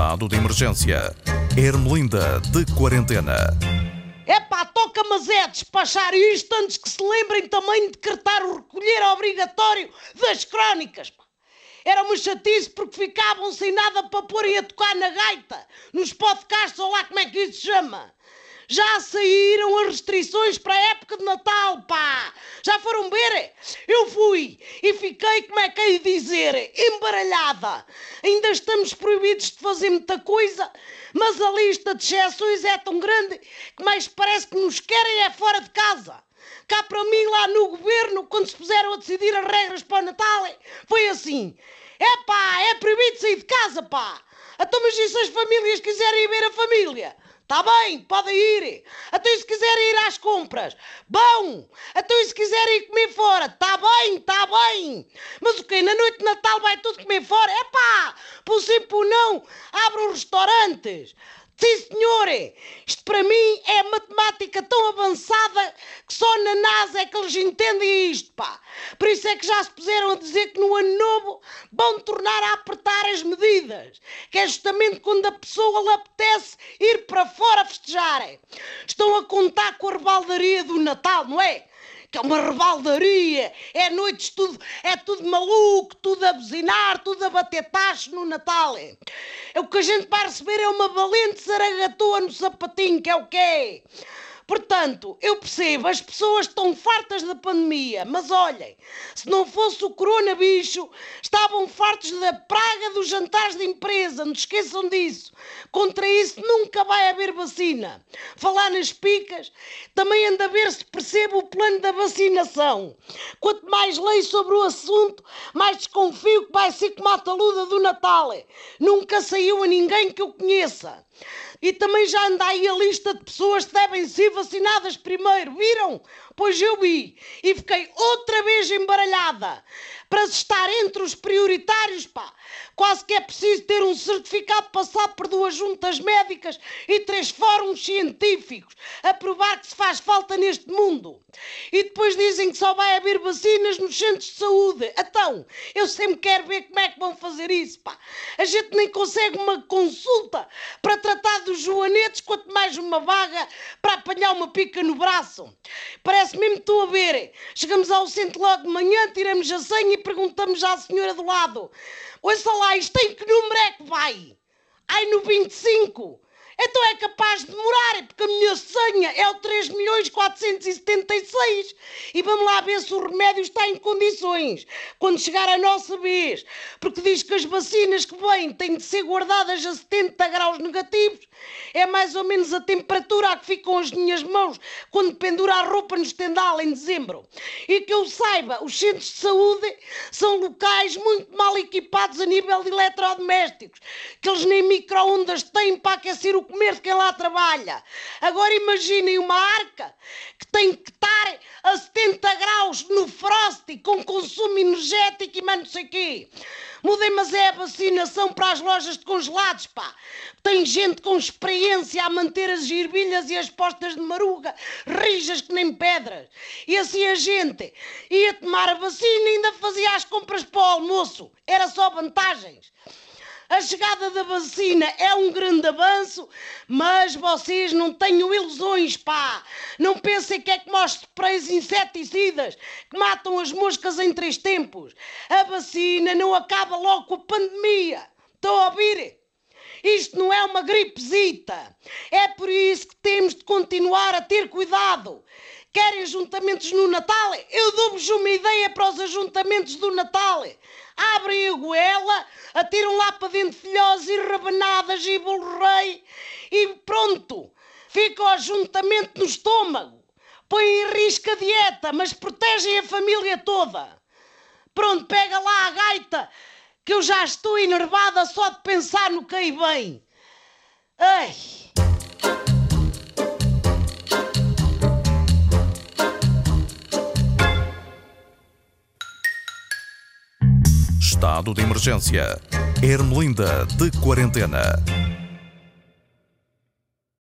Estado de emergência. Ermelinda de quarentena. Epá, toca, mas é despachar isto antes que se lembrem também de decretar o recolher obrigatório das crónicas. Pá. Era uma chatice porque ficavam sem nada para porem a tocar na gaita, nos podcasts ou lá como é que isso se chama. Já saíram as restrições para a época de Natal, pá! Já foram ver? Eu fui e fiquei, como é que hei de dizer, embaralhada. Ainda estamos proibidos de fazer muita coisa, mas a lista de exceções é tão grande que mais parece que nos querem é fora de casa. Cá para mim, lá no governo, quando se puseram a decidir as regras para o Natal, foi assim. Epá, é proibido sair de casa, pá! Então, mas e se as famílias quiserem ir ver a família? Está bem, podem ir. Até se quiserem ir às compras. Bom, até se quiserem ir comer fora. Está bem, está bem. Mas o quê? Na noite de Natal vai tudo comer fora? Epá, por sim, por não, abram restaurantes. Sim, senhor, isto para mim é matemática tão avançada que só na NASA é que eles entendem isto, pá. Por isso é que já se puseram a dizer que no ano novo vão tornar a apertar as medidas, que é justamente quando a pessoa lhe apetece ir para fora festejar. Estão a contar com a rebaldaria do Natal, não é? Que é uma rebaldaria, é noites tudo, é tudo maluco, tudo a buzinar, tudo a bater tacho no Natal. O que a gente vai receber é uma valente zaragatoa no sapatinho, que é o quê? Portanto, eu percebo, as pessoas estão fartas da pandemia, mas olhem, se não fosse o coronabicho, estavam fartos da praga dos jantares de empresa, não se esqueçam disso. Contra isso nunca vai haver vacina. Falar nas picas, também anda a ver se percebe o plano da vacinação. Quanto mais leio sobre o assunto, mais desconfio que vai ser como a taluda do Natal. Nunca saiu a ninguém que eu conheça. E também já anda aí a lista de pessoas que devem ser vacinadas primeiro. Viram? Pois eu vi. E fiquei outra vez embaralhada. Para se estar entre os prioritários, pá, quase que é preciso ter um certificado passado por 2 juntas médicas e 3 fóruns científicos a provar que se faz falta neste mundo. E depois dizem que só vai haver vacinas nos centros de saúde. Então, eu sempre quero ver como é que vão fazer isso, pá. A gente nem consegue uma consulta para tratar dos joanetes, quanto mais uma vaga para apanhar uma pica no braço. Parece mesmo que estou a ver. Chegamos ao centro logo de manhã, tiramos a senha e perguntamos à senhora do lado: ouça lá, isto em que número é que vai? Ai, no 25. Então é capaz de demorar, porque a minha senha é o 3.476. E vamos lá ver se o remédio está em condições quando chegar a nossa vez. Porque diz que as vacinas que vêm têm de ser guardadas a 70 graus negativos. É mais ou menos a temperatura a que ficam as minhas mãos quando pendura a roupa no estendal em dezembro. E que eu saiba, os centros de saúde são locais muito mal equipados a nível de eletrodomésticos, que eles nem micro-ondas têm para aquecer o comer de quem lá trabalha. Agora imaginem uma arca que tem que estar a 70 graus no frost com consumo energético e mais não sei o quê. Mudem, mas é a vacinação para as lojas de congelados, pá. Tem gente com experiência a manter as ervilhas e as postas de maruga rijas que nem pedras. E assim a gente ia tomar a vacina e ainda fazia as compras para o almoço. Era só vantagens. A chegada da vacina é um grande avanço, mas vocês não tenham ilusões, pá. Não pensem que é como os sprays inseticidas que matam as moscas em 3 tempos. A vacina não acaba logo com a pandemia. Estão a ouvir? Isto não é uma gripezita. É por isso que temos de continuar a ter cuidado. Querem ajuntamentos no Natal? Eu dou-vos uma ideia para os ajuntamentos do Natal. Abrem a goela, atiram lá para dentro filhós e rabanadas e bolo rei e pronto. Fica o ajuntamento no estômago. Põem em risco a dieta, mas protegem a família toda. Pronto, pega lá a gaita, que eu já estou enervada só de pensar no que aí vem. Ai... Estado de emergência. Ermelinda de quarentena.